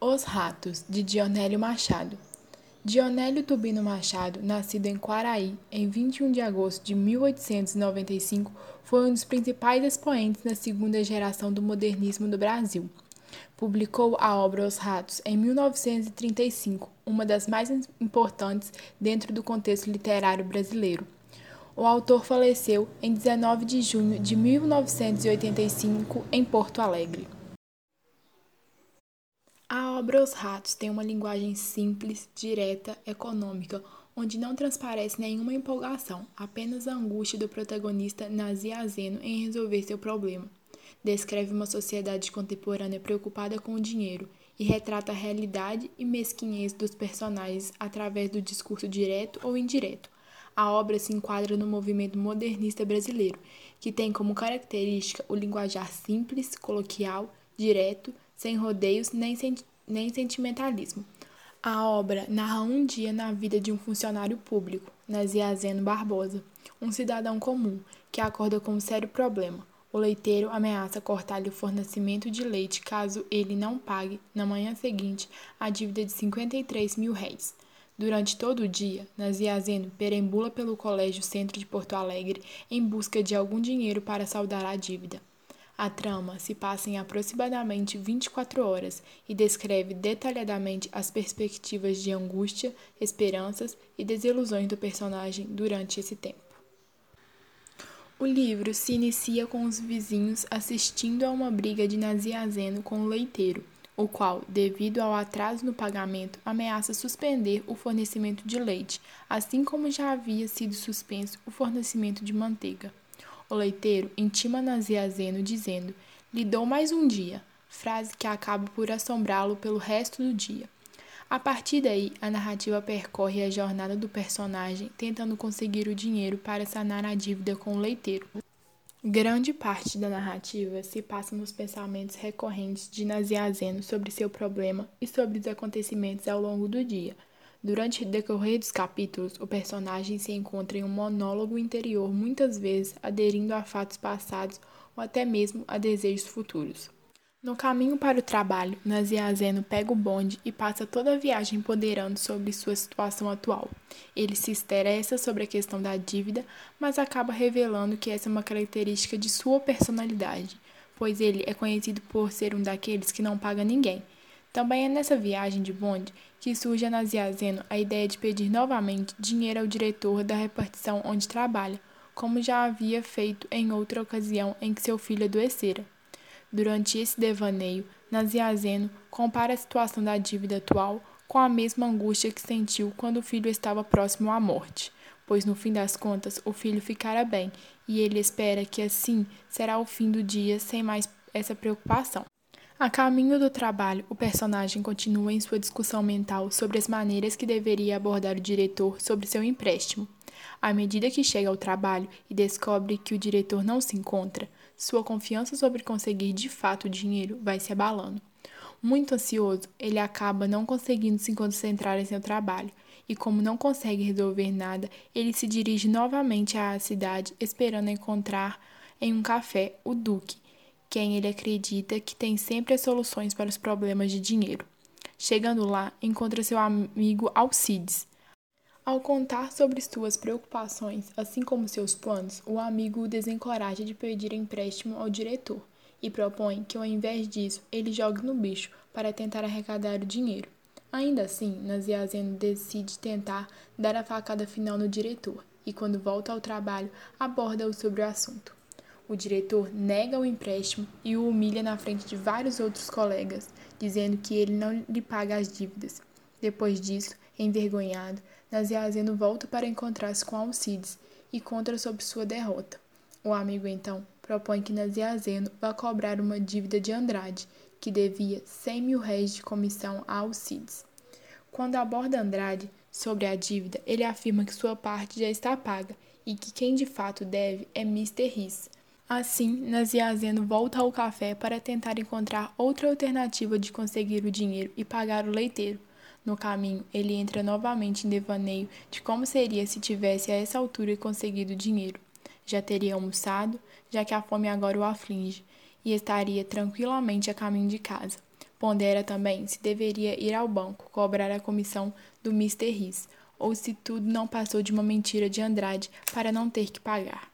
Os Ratos, de Dionélio Machado. Dionélio Tubino Machado, nascido em Quaraí em 21 de agosto de 1895, foi um dos principais expoentes na segunda geração do modernismo no Brasil. Publicou a obra Os Ratos em 1935, uma das mais importantes dentro do contexto literário brasileiro. O autor faleceu em 19 de junho de 1985 em Porto Alegre. A obra Os Ratos tem uma linguagem simples, direta, econômica, onde não transparece nenhuma empolgação, apenas a angústia do protagonista Naziazeno em resolver seu problema. Descreve uma sociedade contemporânea preocupada com o dinheiro e retrata a realidade e mesquinhez dos personagens através do discurso direto ou indireto. A obra se enquadra no movimento modernista brasileiro, que tem como característica o linguajar simples, coloquial, direto, sem rodeios nem sentimentalismo. A obra narra um dia na vida de um funcionário público, Naziazeno Barbosa, um cidadão comum, que acorda com um sério problema. O leiteiro ameaça cortar-lhe o fornecimento de leite caso ele não pague, na manhã seguinte, a dívida de 53 mil réis. Durante todo o dia, Naziazeno perambula pelo Colégio Centro de Porto Alegre em busca de algum dinheiro para saldar a dívida. A trama se passa em aproximadamente 24 horas e descreve detalhadamente as perspectivas de angústia, esperanças e desilusões do personagem durante esse tempo. O livro se inicia com os vizinhos assistindo a uma briga de Naziazeno com o leiteiro, o qual, devido ao atraso no pagamento, ameaça suspender o fornecimento de leite, assim como já havia sido suspenso o fornecimento de manteiga. O leiteiro intima Naziazeno dizendo: "Lhe dou mais um dia", frase que acaba por assombrá-lo pelo resto do dia. A partir daí, a narrativa percorre a jornada do personagem tentando conseguir o dinheiro para sanar a dívida com o leiteiro. Grande parte da narrativa se passa nos pensamentos recorrentes de Naziazeno sobre seu problema e sobre os acontecimentos ao longo do dia. Durante o decorrer dos capítulos, o personagem se encontra em um monólogo interior, muitas vezes aderindo a fatos passados ou até mesmo a desejos futuros. No caminho para o trabalho, Naziazeno pega o bonde e passa toda a viagem ponderando sobre sua situação atual. Ele se estressa sobre a questão da dívida, mas acaba revelando que essa é uma característica de sua personalidade, pois ele é conhecido por ser um daqueles que não paga ninguém. Também é nessa viagem de bonde que surge a Naziazeno a ideia de pedir novamente dinheiro ao diretor da repartição onde trabalha, como já havia feito em outra ocasião em que seu filho adoecera. Durante esse devaneio, Naziazeno compara a situação da dívida atual com a mesma angústia que sentiu quando o filho estava próximo à morte, pois no fim das contas o filho ficará bem e ele espera que assim será o fim do dia sem mais essa preocupação. A caminho do trabalho, o personagem continua em sua discussão mental sobre as maneiras que deveria abordar o diretor sobre seu empréstimo. À medida que chega ao trabalho e descobre que o diretor não se encontra, sua confiança sobre conseguir de fato o dinheiro vai se abalando. Muito ansioso, ele acaba não conseguindo se concentrar em seu trabalho, e como não consegue resolver nada, ele se dirige novamente à cidade esperando encontrar em um café o Duque, quem ele acredita que tem sempre as soluções para os problemas de dinheiro. Chegando lá, encontra seu amigo Alcides. Ao contar sobre suas preocupações, assim como seus planos, o amigo o desencoraja de pedir empréstimo ao diretor e propõe que, ao invés disso, ele jogue no bicho para tentar arrecadar o dinheiro. Ainda assim, Naziazeno decide tentar dar a facada final no diretor e, quando volta ao trabalho, aborda-o sobre o assunto. O diretor nega o empréstimo e o humilha na frente de vários outros colegas, dizendo que ele não lhe paga as dívidas. Depois disso, envergonhado, Naziazeno volta para encontrar-se com Alcides e conta sobre sua derrota. O amigo, então, propõe que Naziazeno vá cobrar uma dívida de Andrade, que devia 100 mil réis de comissão a Alcides. Quando aborda Andrade sobre a dívida, ele afirma que sua parte já está paga e que quem de fato deve é Mr. Riss. Assim, Naziazeno volta ao café para tentar encontrar outra alternativa de conseguir o dinheiro e pagar o leiteiro. No caminho, ele entra novamente em devaneio de como seria se tivesse a essa altura conseguido o dinheiro. Já teria almoçado, já que a fome agora o aflige, e estaria tranquilamente a caminho de casa. Pondera também se deveria ir ao banco cobrar a comissão do Mister Riz, ou se tudo não passou de uma mentira de Andrade para não ter que pagar.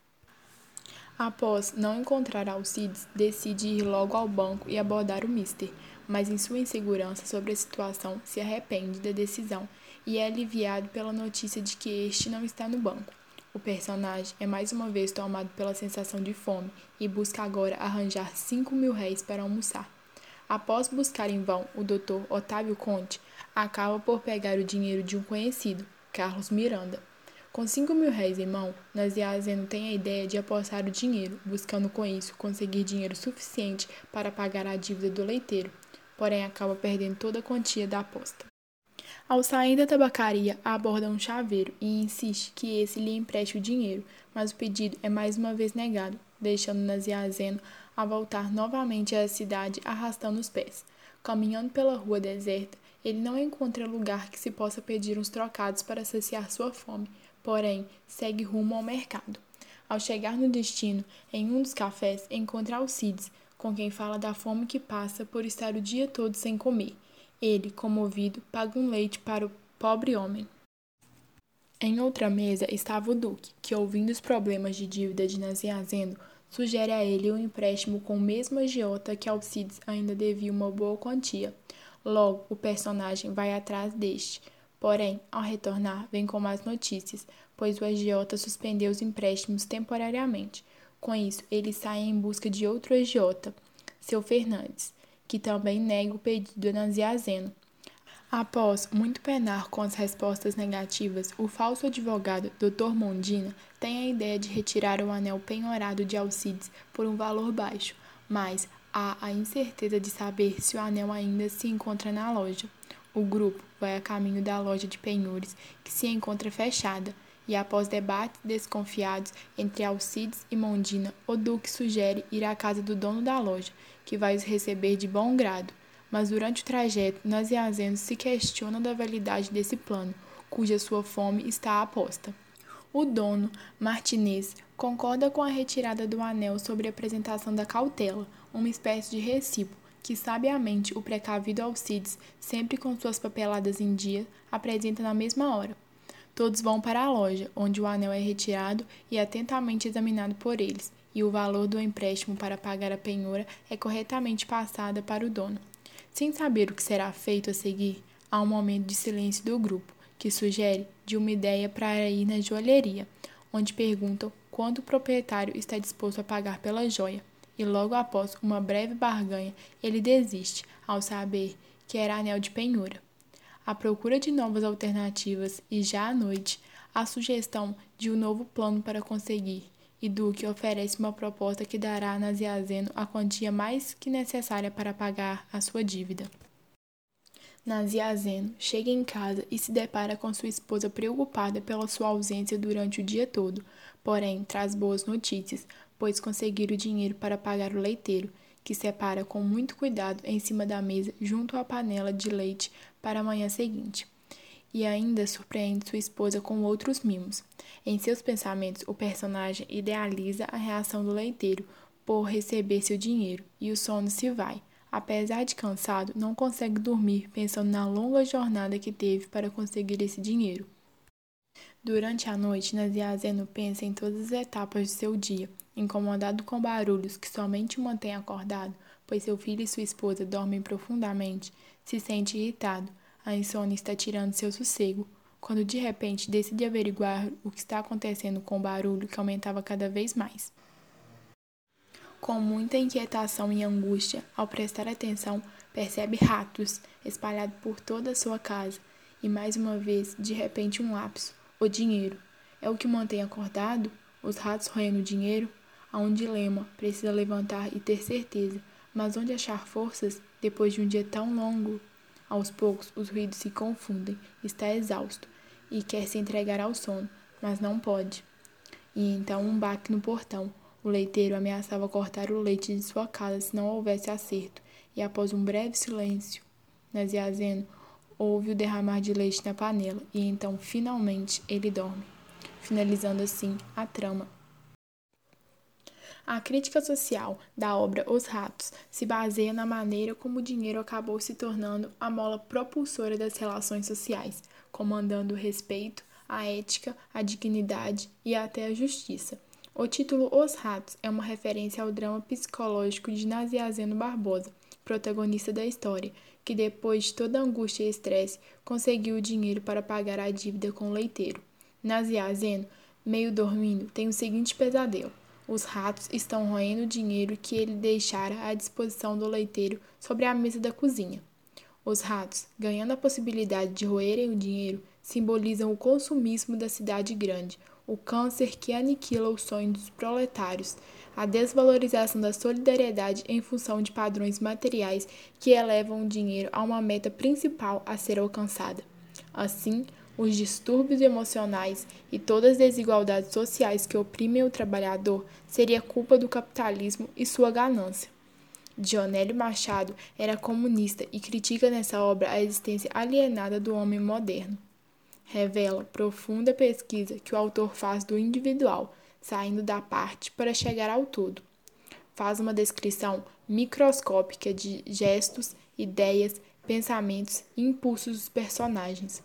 Após não encontrar Alcides, decide ir logo ao banco e abordar o Mister, mas em sua insegurança sobre a situação se arrepende da decisão e é aliviado pela notícia de que este não está no banco. O personagem é mais uma vez tomado pela sensação de fome e busca agora arranjar 5.000 réis para almoçar. Após buscar em vão o Dr. Otávio Conte, acaba por pegar o dinheiro de um conhecido, Carlos Miranda. Com 5.000 réis em mão, Nazianzen tem a ideia de apostar o dinheiro, buscando com isso conseguir dinheiro suficiente para pagar a dívida do leiteiro, porém acaba perdendo toda a quantia da aposta. Ao sair da tabacaria, aborda um chaveiro e insiste que esse lhe empreste o dinheiro, mas o pedido é mais uma vez negado, deixando Nazianzen a voltar novamente à cidade arrastando os pés. Caminhando pela rua deserta, ele não encontra lugar que se possa pedir uns trocados para saciar sua fome, porém segue rumo ao mercado. Ao chegar no destino, em um dos cafés, encontra Alcides, com quem fala da fome que passa por estar o dia todo sem comer. Ele, comovido, paga um leite para o pobre homem. Em outra mesa estava o Duque, que, ouvindo os problemas de dívida de Nazianzen, sugere a ele um empréstimo com o mesmo agiota que Alcides ainda devia uma boa quantia. Logo, o personagem vai atrás deste. Porém, ao retornar, vem com más notícias, pois o agiota suspendeu os empréstimos temporariamente. Com isso, ele sai em busca de outro agiota, seu Fernandes, que também nega o pedido a Nazianzen. Após muito penar com as respostas negativas, o falso advogado Dr. Mondina tem a ideia de retirar o anel penhorado de Alcides por um valor baixo, mas há a incerteza de saber se o anel ainda se encontra na loja. O grupo vai a caminho da loja de penhores, que se encontra fechada, e após debates desconfiados entre Alcides e Mondina, o Duque sugere ir à casa do dono da loja, que vai os receber de bom grado. Mas durante o trajeto, Nazianzen se questiona da validade desse plano, cuja sua fome está aposta. O dono, Martinez, concorda com a retirada do anel sobre a apresentação da cautela, uma espécie de recibo, que sabiamente o precavido Alcides, sempre com suas papeladas em dia, apresenta na mesma hora. Todos vão para a loja, onde o anel é retirado e atentamente examinado por eles, e o valor do empréstimo para pagar a penhora é corretamente passada para o dono. Sem saber o que será feito a seguir, há um momento de silêncio do grupo, que sugere de uma ideia para ir na joalheria, onde perguntam quanto o proprietário está disposto a pagar pela joia, e logo após uma breve barganha, ele desiste, ao saber que era anel de penhora. À procura de novas alternativas e já à noite, a sugestão de um novo plano para conseguir, e Duque oferece uma proposta que dará a Nazianzen a quantia mais que necessária para pagar a sua dívida. Nazianzen chega em casa e se depara com sua esposa preocupada pela sua ausência durante o dia todo, porém traz boas notícias, pois conseguiram o dinheiro para pagar o leiteiro, que separa com muito cuidado em cima da mesa junto à panela de leite para a manhã seguinte. E ainda surpreende sua esposa com outros mimos. Em seus pensamentos, o personagem idealiza a reação do leiteiro por receber seu dinheiro, e o sono se vai. Apesar de cansado, não consegue dormir pensando na longa jornada que teve para conseguir esse dinheiro. Durante a noite, Nazianzen pensa em todas as etapas de seu dia, incomodado com barulhos que somente o mantêm acordado, pois seu filho e sua esposa dormem profundamente, se sente irritado. A insônia está tirando seu sossego, quando de repente decide averiguar o que está acontecendo com o barulho que aumentava cada vez mais. Com muita inquietação e angústia, ao prestar atenção, percebe ratos espalhados por toda a sua casa e mais uma vez, de repente, um lapso. O dinheiro. É o que mantém acordado? Os ratos roendo o dinheiro? Há um dilema, precisa levantar e ter certeza, mas onde achar forças depois de um dia tão longo? Aos poucos, os ruídos se confundem, está exausto e quer se entregar ao sono, mas não pode. E então um baque no portão. O leiteiro ameaçava cortar o leite de sua casa se não houvesse acerto, e após um breve silêncio, Nazianzen ouve o derramar de leite na panela, e então, finalmente, ele dorme, finalizando assim a trama. A crítica social da obra Os Ratos se baseia na maneira como o dinheiro acabou se tornando a mola propulsora das relações sociais, comandando o respeito, a ética, a dignidade e até a justiça. O título Os Ratos é uma referência ao drama psicológico de Nazianzen Barbosa, protagonista da história, que depois de toda a angústia e estresse, conseguiu o dinheiro para pagar a dívida com o leiteiro. Nazianzen, meio dormindo, tem o seguinte pesadelo: os ratos estão roendo o dinheiro que ele deixara à disposição do leiteiro sobre a mesa da cozinha. Os ratos, ganhando a possibilidade de roerem o dinheiro, simbolizam o consumismo da cidade grande, o câncer que aniquila o sonho dos proletários, a desvalorização da solidariedade em função de padrões materiais que elevam o dinheiro a uma meta principal a ser alcançada. Assim, os distúrbios emocionais e todas as desigualdades sociais que oprimem o trabalhador seria culpa do capitalismo e sua ganância. Dionélio Machado era comunista e critica nessa obra a existência alienada do homem moderno. Revela profunda pesquisa que o autor faz do individual, saindo da parte para chegar ao todo. Faz uma descrição microscópica de gestos, ideias, pensamentos e impulsos dos personagens.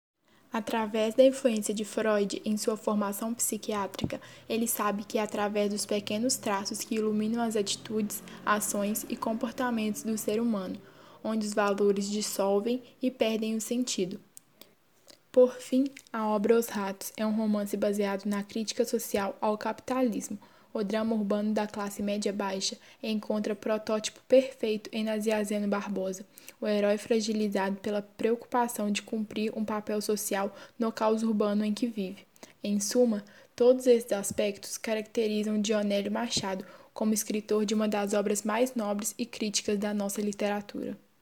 Através da influência de Freud em sua formação psiquiátrica, ele sabe que é através dos pequenos traços que iluminam as atitudes, ações e comportamentos do ser humano, onde os valores dissolvem e perdem o sentido. Por fim, a obra Os Ratos é um romance baseado na crítica social ao capitalismo. O drama urbano da classe média-baixa encontra protótipo perfeito em Nazianzen Barbosa, o herói fragilizado pela preocupação de cumprir um papel social no caos urbano em que vive. Em suma, todos esses aspectos caracterizam Dionélio Machado como escritor de uma das obras mais nobres e críticas da nossa literatura.